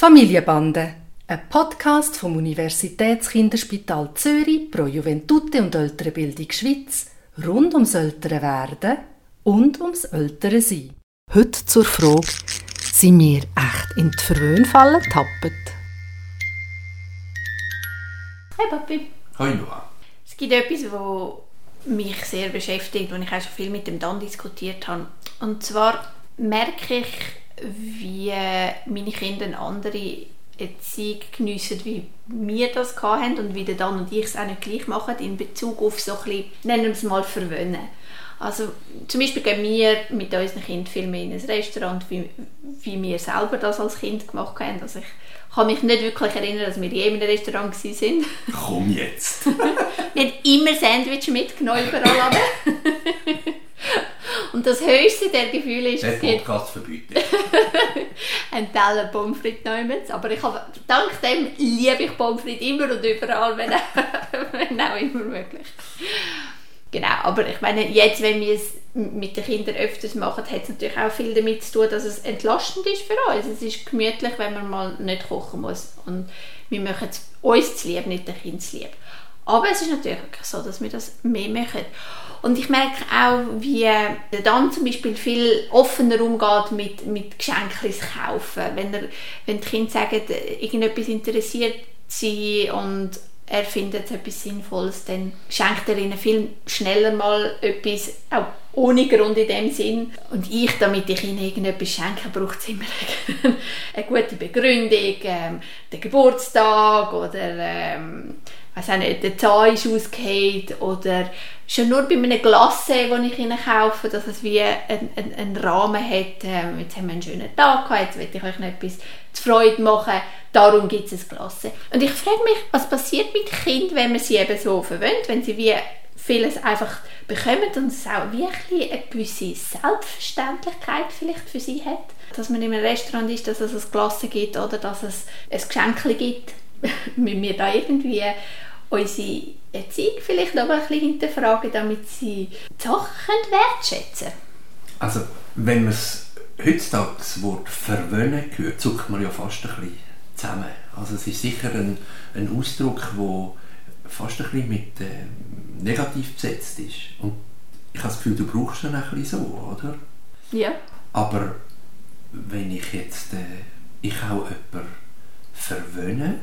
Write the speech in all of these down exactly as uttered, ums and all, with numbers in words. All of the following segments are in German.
Familienbande, ein Podcast vom Universitätskinderspital Zürich pro Juventute und ältere Bildung Schweiz rund ums ältere Werden und ums ältere Sein. Heute zur Frage, sind wir echt in die Verwöhnfalle getappt? Hey Papi. Hi Noah. Es gibt etwas, das mich sehr beschäftigt, wo ich auch schon viel mit dem Dan diskutiert habe. Und zwar merke ich, wie meine Kinder eine andere Erziehung geniessen, wie wir das hatten und wie der Dan und ich es auch nicht gleich machen in Bezug auf so ein bisschen, nennen wir es mal, verwöhnen. Also zum Beispiel gehen wir mit unseren Kindern viel mehr in ein Restaurant, wie, wie wir selber das als Kind gemacht haben. Also ich kann mich nicht wirklich erinnern, dass wir je in einem Restaurant waren. Komm jetzt! Wir haben immer Sandwich mitgenommen überall. Und das höchste der Gefühle ist, der Podcast verbieten. ein Teller Pommes frites nehmen. Aber ich habe, dank dem liebe ich Pommes frites immer und überall, wenn, wenn auch immer möglich. Genau, aber ich meine, jetzt, wenn wir es mit den Kindern öfters machen, hat es natürlich auch viel damit zu tun, dass es entlastend ist für uns. Es ist gemütlich, wenn man mal nicht kochen muss. Und wir machen es uns zu lieb, nicht den Kindern zu lieb. Aber es ist natürlich wirklich so, dass wir das mehr machen. Und ich merke auch, wie der Dan zum Beispiel viel offener umgeht mit, mit Geschenken kaufen. Wenn, er, wenn die Kinder sagen, irgendetwas interessiert sie und er findet etwas Sinnvolles, dann schenkt er ihnen viel schneller mal etwas, auch ohne Grund in dem Sinn. Und ich, damit ich ihnen irgendetwas schenke, braucht es immer eine gute Begründung, ähm, den Geburtstag oder ähm, weiss auch nicht, der Zahn ist ausgefallen oder schon nur bei einem Glacé, das ich ihnen kaufe, dass es wie einen, einen, einen Rahmen hat. Ähm, jetzt haben wir einen schönen Tag gehabt, jetzt will ich euch noch etwas zur Freude machen, darum gibt es ein Glacé. Und ich frage mich, was passiert mit Kindern, wenn man sie eben so verwöhnt, wenn sie wie vieles einfach bekommen und es auch wirklich eine gewisse Selbstverständlichkeit vielleicht für sie hat. Dass man in einem Restaurant ist, dass es ein Glacé gibt oder dass es ein Geschenk gibt. Müssen wir da irgendwie unsere Erziehung vielleicht noch ein bisschen hinterfragen, damit sie die Sachen wertschätzen können? Also, wenn man es heutzutage das Wort «verwöhnen» hört, zuckt man ja fast ein bisschen zusammen. Also es ist sicher ein, ein Ausdruck, der fast ein bisschen mit äh, negativ besetzt ist. Und ich habe das Gefühl, du brauchst ihn ein bisschen so, oder? Ja. Aber wenn ich jetzt äh, ich auch jemanden verwöhne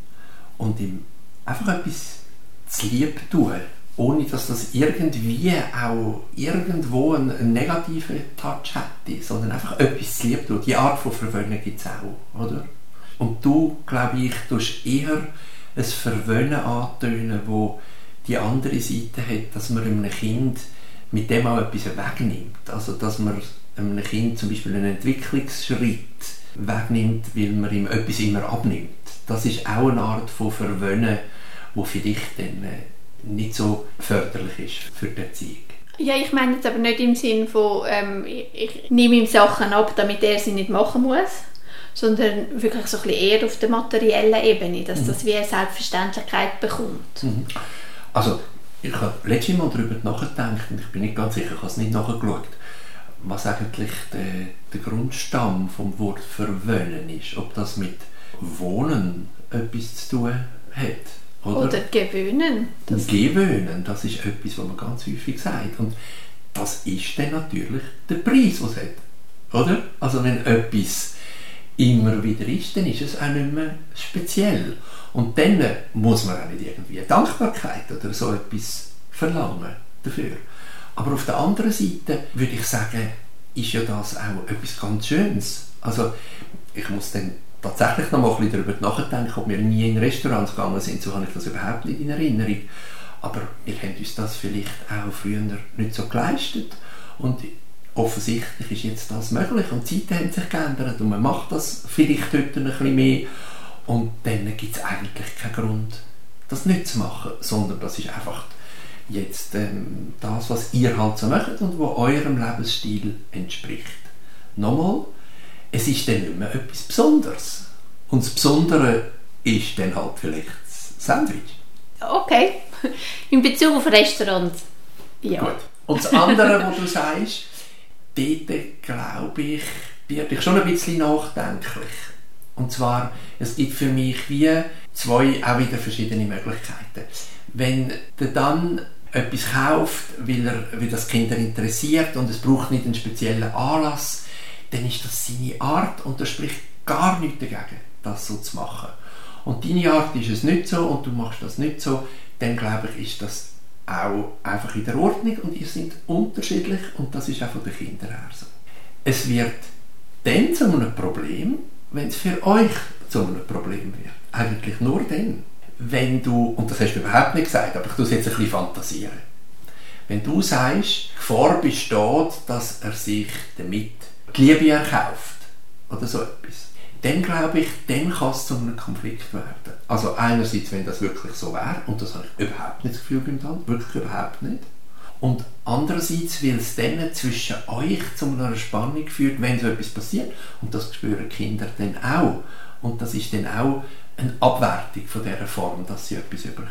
und ihm einfach etwas zu lieb tun, ohne dass das irgendwie auch irgendwo einen, einen negativen Touch hätte, sondern einfach etwas zu lieb tun. Die Art von Verwöhnen gibt es auch, oder? Und du, glaube ich, tust eher ein Verwöhnen antönen, wo die andere Seite hat, dass man einem Kind mit dem auch etwas wegnimmt. Also, dass man einem Kind zum Beispiel einen Entwicklungsschritt wegnimmt, weil man ihm etwas immer abnimmt. Das ist auch eine Art von Verwöhnen, die vielleicht dann äh, nicht so förderlich ist für die Erziehung. Ja, ich meine jetzt aber nicht im Sinn von, ähm, ich, ich nehme ihm Sachen ab, damit er sie nicht machen muss, sondern wirklich so ein bisschen eher auf der materiellen Ebene, dass mhm. das wie eine Selbstverständlichkeit bekommt. Mhm. Also, ich habe letztes Mal darüber nachgedacht und ich bin nicht ganz sicher, ich habe es nicht nachgeschaut, was eigentlich der, der Grundstamm vom Wort verwöhnen ist. Ob das mit Wohnen etwas zu tun hat. Oder, oder gewöhnen. Das gewöhnen, das ist etwas, was man ganz häufig sagt. Und das ist dann natürlich der Preis, den es hat. Oder? Also wenn etwas immer wieder ist, dann ist es auch nicht mehr speziell. Und dann muss man auch nicht irgendwie Dankbarkeit oder so etwas verlangen dafür. Aber auf der anderen Seite würde ich sagen, ist ja das auch etwas ganz Schönes. Also ich muss dann tatsächlich noch mal ein bisschen darüber nachdenken, ob wir nie in Restaurants gegangen sind, so habe ich das überhaupt nicht in Erinnerung. Aber wir haben uns das vielleicht auch früher nicht so geleistet. Und offensichtlich ist jetzt das möglich und die Zeiten haben sich geändert und man macht das vielleicht heute ein bisschen mehr. Und dann gibt es eigentlich keinen Grund, das nicht zu machen, sondern das ist einfach jetzt ähm, das, was ihr halt so macht und was eurem Lebensstil entspricht. Nochmal, es ist dann nicht mehr etwas Besonderes. Und das Besondere ist dann halt vielleicht das Sandwich. Okay, in Bezug auf Restaurants. Ja. Gut. Und das andere, was du sagst, dort glaube ich, werde ich schon ein bisschen nachdenklich. Und zwar, es gibt für mich wie zwei auch wieder verschiedene Möglichkeiten. Wenn der dann etwas kauft, weil, er, weil das Kinder interessiert und es braucht nicht einen speziellen Anlass, dann ist das seine Art und da spricht gar nichts dagegen, das so zu machen. Und deine Art ist es nicht so und du machst das nicht so, dann glaube ich, ist das auch einfach in der Ordnung und ihr seid unterschiedlich und das ist auch von den Kindern her so. Es wird dann zu einem Problem, wenn es für euch zu einem Problem wird. Eigentlich nur dann. Wenn du, und das hast du überhaupt nicht gesagt, aber ich tue es jetzt ein bisschen fantasieren. Wenn du sagst, die Gefahr besteht, dass er sich damit die Liebe erkauft oder so etwas, dann glaube ich, dann kann es zu einem Konflikt werden. Also einerseits, wenn das wirklich so wäre, und das habe ich überhaupt nicht das Gefühl beim Tanz, wirklich überhaupt nicht. Und andererseits, weil es dann zwischen euch zu einer Spannung führt, wenn so etwas passiert, und das spüren Kinder dann auch. Und das ist dann auch eine Abwertung von dieser Form, dass sie etwas überkommen.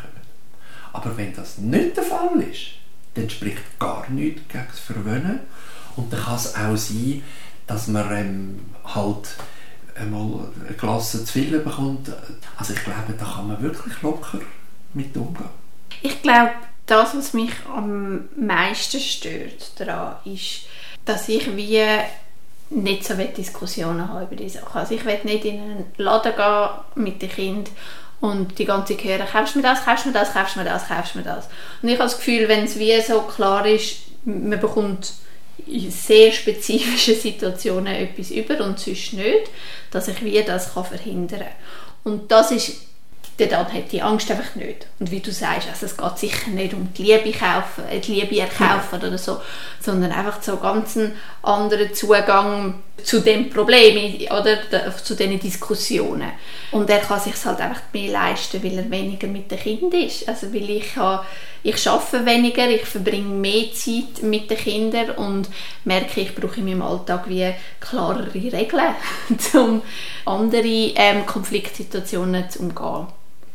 Aber wenn das nicht der Fall ist, dann spricht gar nichts gegen das Verwöhnen. Und dann kann es auch sein, dass man ähm, halt einmal eine Klasse zu viel bekommt. Also ich glaube, da kann man wirklich locker mit umgehen. Ich glaube, das, was mich am meisten stört daran, ist, dass ich wie nicht so Diskussionen habe über diese Sachen. Also ich will nicht in einen Laden gehen mit den Kindern und die ganze Zeit hören, kaufst du mir das, kaufst du mir das, kaufst du mir das, kaufst du mir das. Und ich habe das Gefühl, wenn es wie so klar ist, man bekommt in sehr spezifischen Situationen etwas über und sonst nicht, dass ich wie das kann verhindern kann. Und das ist, dann hat die Angst einfach nicht. Und wie du sagst, also es geht sicher nicht um die Liebe kaufen, die Liebe erkaufen oder so, sondern einfach so ganz einen anderen Zugang zu dem Problem oder zu diesen Diskussionen. Und er kann sich halt einfach mehr leisten, weil er weniger mit den Kindern ist. Also weil ich habe, ich arbeite weniger, ich verbringe mehr Zeit mit den Kindern und merke, ich brauche in meinem Alltag wie klarere Regeln, um andere ähm, Konfliktsituationen zu umgehen.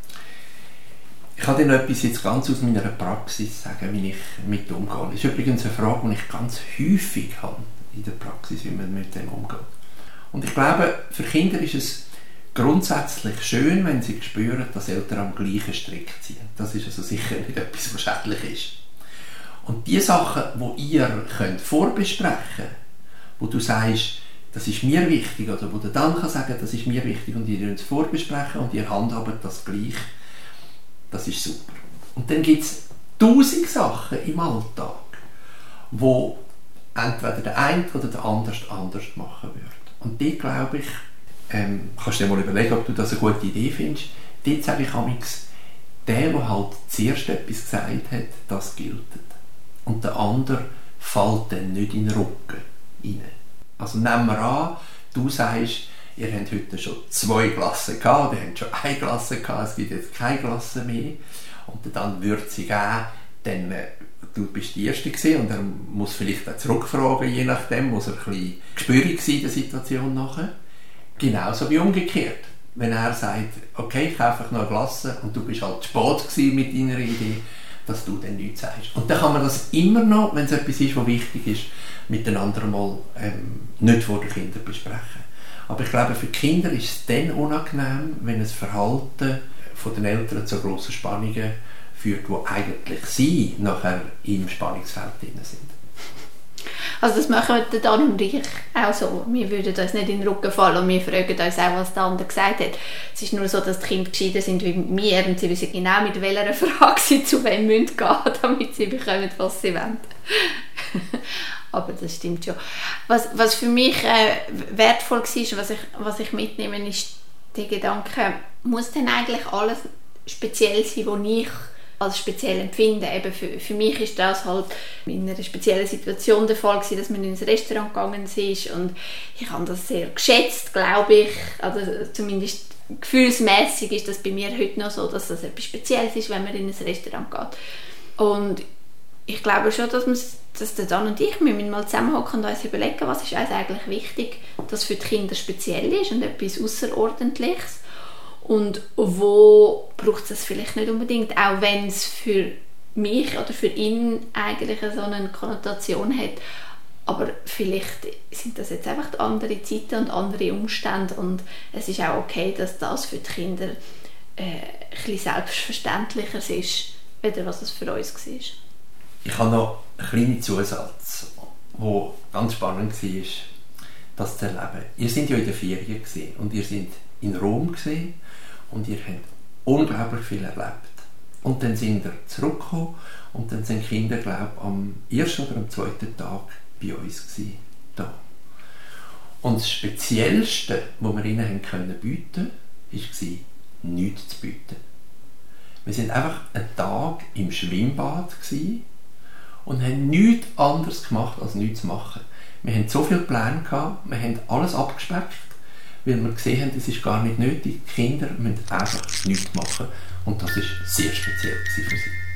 Ich kann dir noch etwas jetzt ganz aus meiner Praxis sagen, wie ich mit umgehe. Das ist übrigens eine Frage, die ich ganz häufig habe in der Praxis, wie man mit dem umgeht. Und ich glaube, für Kinder ist es grundsätzlich schön, wenn sie spüren, dass Eltern am gleichen Strick ziehen. Das ist also sicher nicht etwas, was schädlich ist. Und die Sachen, die ihr könnt vorbesprechen könnt, wo du sagst, das ist mir wichtig, oder wo der dann kann sagen, das ist mir wichtig, und ihr könnt es vorbesprechen und ihr handhabt das gleich, das ist super. Und dann gibt es tausend Sachen im Alltag, wo entweder der eine oder der andere anders machen würde. Und dort glaube ich, ähm, kannst du dir mal überlegen, ob du das eine gute Idee findest. Dort sage ich amigs, der, der halt zuerst etwas gesagt hat, das gilt. Und der andere fällt dann nicht in den Rücken rein. Also nehmen wir an, du sagst, ihr habt heute schon zwei Glassen gehabt, ihr habt schon eine Glasse gehabt, es gibt jetzt keine Glasse mehr. Und dann würde sie geben, dann äh, du bist die Erste gewesen, und er muss vielleicht auch zurückfragen, je nachdem, muss er ein bisschen gespürig sein in der Situation nachher. Genauso wie umgekehrt. Wenn er sagt, okay, ich kaufe noch eine Glasse und du bist halt spät gewesen mit deiner Idee, dass du dann nichts sagst. Und dann kann man das immer noch, wenn es etwas ist, was wichtig ist, miteinander mal ähm, nicht vor den Kindern besprechen. Aber ich glaube, für die Kinder ist es dann unangenehm, wenn das Verhalten von den Eltern zu grossen Spannungen führt, wo eigentlich sie nachher im Spannungsfeld drin sind. Also das machen wir dann und ich auch so. Wir würden uns nicht in den Rücken fallen und wir fragen uns auch, was der andere gesagt hat. Es ist nur so, dass die Kinder gescheiter sind wie mir und sie wissen genau, mit welcher Frage sie zu wem gehen müssen, damit sie bekommen, was sie wollen. Aber das stimmt schon. Was, was für mich äh, wertvoll war, was ich, was ich mitnehme, ist der Gedanke, muss denn eigentlich alles speziell sein, was ich als speziell empfinde. Eben für, für mich ist das halt in einer speziellen Situation der Fall gewesen, dass man ins Restaurant gegangen ist und ich habe das sehr geschätzt, glaube ich. Also zumindest gefühlsmäßig ist das bei mir heute noch so, dass das etwas Spezielles ist, wenn man in ein Restaurant geht. Und ich glaube schon, dass, dass der Dan und ich müssen mal zusammenhocken und uns überlegen, was ist uns eigentlich wichtig, dass für die Kinder speziell ist und etwas Außerordentliches. Und wo braucht es das vielleicht nicht unbedingt, auch wenn es für mich oder für ihn eigentlich so eine Konnotation hat. Aber vielleicht sind das jetzt einfach andere Zeiten und andere Umstände und es ist auch okay, dass das für die Kinder äh, ein bisschen selbstverständlicher ist, als was es für uns war. Ich habe noch einen kleinen Zusatz, der ganz spannend war, das zu erleben. Ihr seid ja in der Ferien und ihr seid in Rom und ihr habt unglaublich viel erlebt. Und dann sind wir zurückgekommen und dann sind die Kinder, glaube ich, am ersten oder am zweiten Tag bei uns gewesen, da. Und das Speziellste, was wir ihnen haben können bieten, war, nichts zu bieten. Wir waren einfach einen Tag im Schwimmbad gewesen und haben nichts anderes gemacht, als nichts zu machen. Wir hatten so viele Pläne gehabt, wir haben alles abgespeckt, weil wir gesehen haben, es ist gar nicht nötig. Die Kinder müssen einfach nichts machen. Und das war sehr speziell für sie.